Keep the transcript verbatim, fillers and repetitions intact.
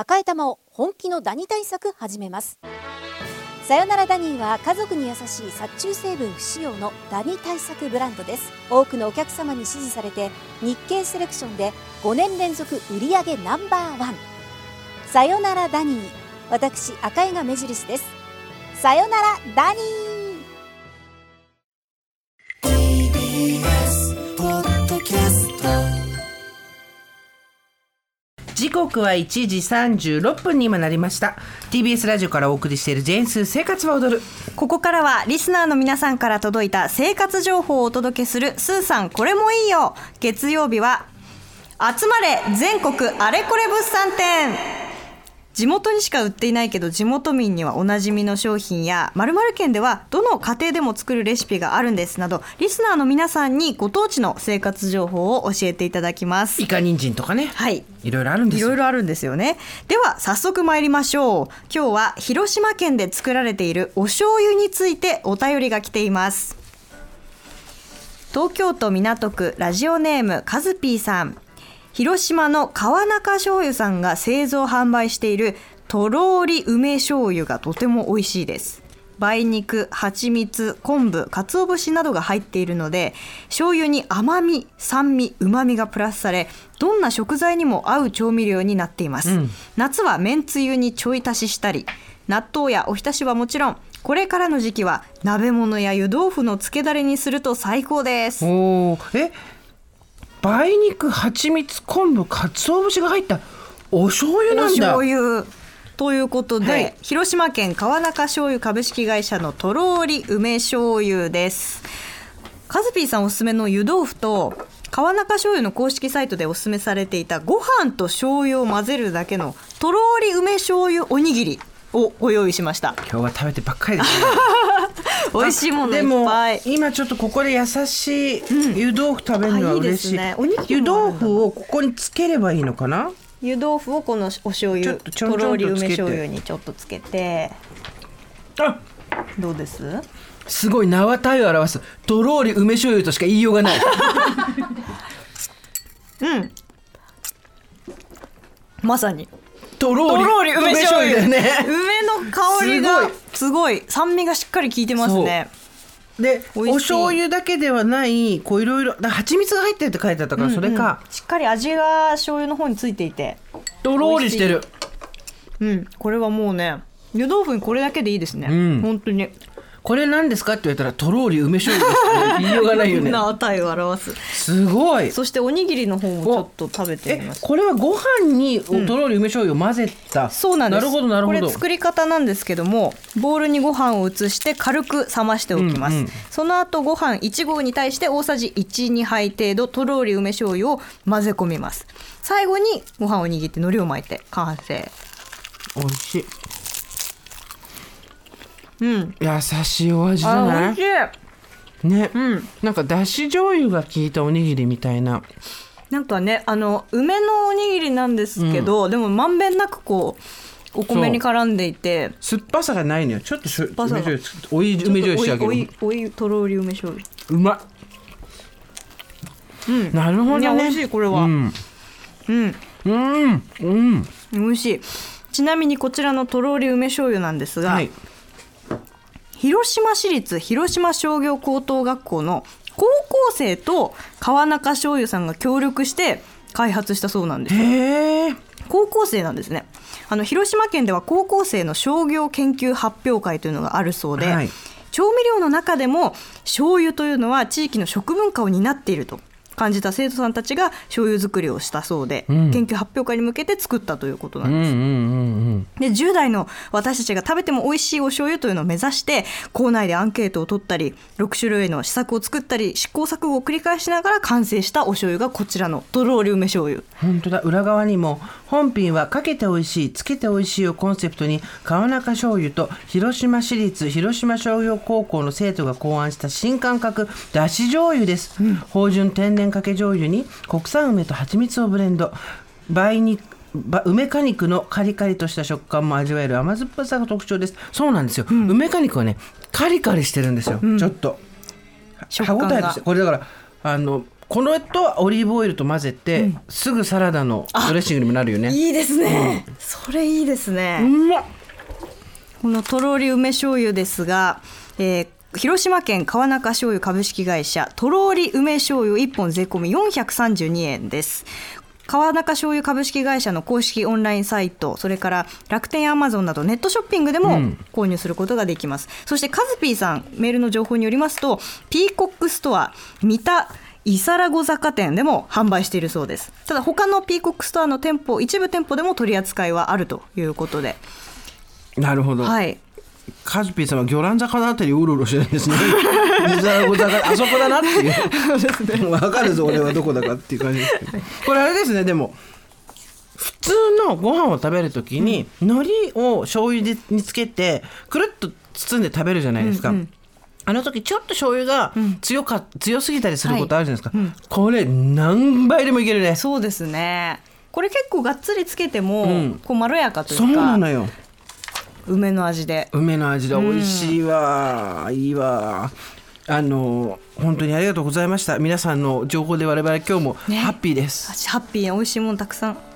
赤い玉を本気のダニ対策始めます。さよならダニーは家族に優しい殺虫成分不使用のダニ対策ブランドです。多くのお客様に支持されて日経セレクションでごねん連続売上ナンバーワン。さよならダニー、私赤井が目印です。さよならダニー。 時刻はいちじさんじゅうろっぷんに今なりました。 ティービーエス ラジオからお送りしているジェーンスー生活は踊る。 ここからはリスナーの皆さんから届いた生活情報をお届けするスーさんこれもいいよ。月曜日は集まれ全国あれこれ物産展。地元にしか売っていないけど地元民にはおなじみの商品や〇〇県ではどの家庭でも作るレシピがあるんですなど、リスナーの皆さんにご当地の生活情報を教えていただきます。 イカ人参とかね、 はい、 いろいろあるんですよ。 いろいろあるんですよね。では早速参りましょう。今日は広島県で作られているお醤油についてお便りが来ています。東京都港区ラジオネームカズピーさん。広島の川中醤油さんが製造販売しているとろーり梅醤油がとても美味しいです。梅肉、蜂蜜、昆布、鰹節などが入っているので、醤油に甘み、酸味、旨味がプラスされ、どんな食材にも合う調味料になっています、うん、夏はめんつゆにちょい足ししたり、納豆やおひたしはもちろん、これからの時期は鍋物や湯豆腐の漬けだれにすると最高です。 おー、え梅肉、蜂蜜、昆布、鰹節が入ったお醤油なんだ。 お醤油ということで、はい、広島県川中醤油株式会社のとろーり梅醤油です。カズピーさんおすすめの湯豆腐と川中醤油の公式サイトでおすすめされていたご飯と醤油を混ぜるだけのとろーり梅醤油おにぎりをご用意しました。 今日は食べてばっかりですね美味しいものいっぱい。 でも今ちょっとここで優しい湯豆腐食べるのは嬉しい、うん、いいですね。おにぎり湯豆腐をここにつければいいのかな。 湯豆腐をこのお醤油とろーり梅醤油にちょっとつけて、 あ、 どうです？ すごい名は体を表すとろーり梅醤油としか言いようがないうんまさにとろーり梅醤油だね。 梅の香りがすごい酸味がしっかり効いてますね。 でお醤油だけではないこういろいろ蜂蜜が入ってるって書いてあったから、うんうん、それかしっかり味が醤油の方についていてとろーりしてる。 うん、これはもうね湯豆腐にこれだけでいいですね、うん、本当に。これ何ですかって言われたらとろーり梅醤油ですね言いようがないよねな値を表す。 すごい。 そしておにぎりの方もちょっと食べてみます。 えこれはご飯にとろーり梅醤油を混ぜた、うん、 そうなんです。 なるほどなるほど。 これ作り方なんですけども、ボウルにご飯を移して軽く冷ましておきます、うんうん、その後ご飯いち合に対して大さじいち、にはい程度とろーり梅醤油を混ぜ込みます。最後にご飯を握って海苔を巻いて完成。 美味しい。 うん、 優しいお味じゃない？ あ、美味しいね、 うん、 なんかだし醤油が効いたおにぎりみたいな。 なんかね、あの梅のおにぎりなんですけど、うん、でもまんべんなくこうお米に絡んでいて酸っぱさがないのよ。ちょっとしょ梅醤油おい梅醤油仕上げる。 おいおいとろーり梅醤油うまっ、うん、なるほどね。 美味しいこれは。うんうんうんうん、 美味しい。ちなみにこちらのとろーり梅醤油なんですが、はい、広島市立広島商業高等学校の高校生と川中醤油さんが協力して開発したそうなんですよ。 へー、 高校生なんですね。あの広島県では高校生の商業研究発表会というのがあるそうで、はい、調味料の中でも醤油というのは地域の食文化を担っていると感じた生徒さんたちが醤油作りをしたそうで、うん、研究発表会に向けて作ったということなんです、うんうんうんうん、でじゅう代の私たちが食べても美味しいお醤油というのを目指して校内でアンケートを取ったりろく種類の試作を作ったり試行錯誤を繰り返しながら完成したお醤油がこちらのとろーり梅醤油。 本当だ、裏側にも本品はかけて美味しいつけて美味しいをコンセプトに川中醤油と広島市立広島商業高校の生徒が考案した新感覚だし醤油です、うん、芳醇天然かけ醤油に国産梅と蜂蜜をブレンド、梅肉梅果肉のカリカリとした食感も味わえる甘酸っぱさが特徴です。そうなんですよ、うん、梅果肉はねカリカリしてるんですよ、うん、ちょっと歯応えとしてこれだからあのこれとオリーブオイルと混ぜて、うん、すぐサラダのドレッシングにもなるよね。 いいですね、うん、それいいですね。 うまっ。 このとろり梅醤油ですが、えー広島県川中醤油株式会社とろり梅醤油いっぽん税込みよんひゃくさんじゅうにえんです。川中醤油株式会社の公式オンラインサイト、それから楽天アマゾンなどネットショッピングでも購入することができます、うん、そしてカズピーさんメールの情報によりますとピーコックストア三田伊皿子坂店でも販売しているそうです。ただ他のピーコックストアの店舗一部店舗でも取り扱いはあるということで。 なるほど、 はい、 カズピーさんは魚蘭坂のあたりうろうろしてるんですね。あそこだなっていう。分かるぞ俺はどこだかっていう感じですけど。これあれですね。でも普通のご飯を食べるときに、うん、海苔を醤油につけてくるっと包んで食べるじゃないですか、うんうん、あの時ちょっと醤油が強か、うん、強すぎたりすることあるじゃないですか、はい、うん、これ何倍でもいけるね。 そうですね。これ結構がっつりつけても、うん、こうまろやかというか、 そうなのよ。 梅の味で梅の味で美味しいわ、うん、いいわ。あの本当にありがとうございました。皆さんの情報で我々今日もハッピーです、 ね、ハッピーな美味しいものたくさん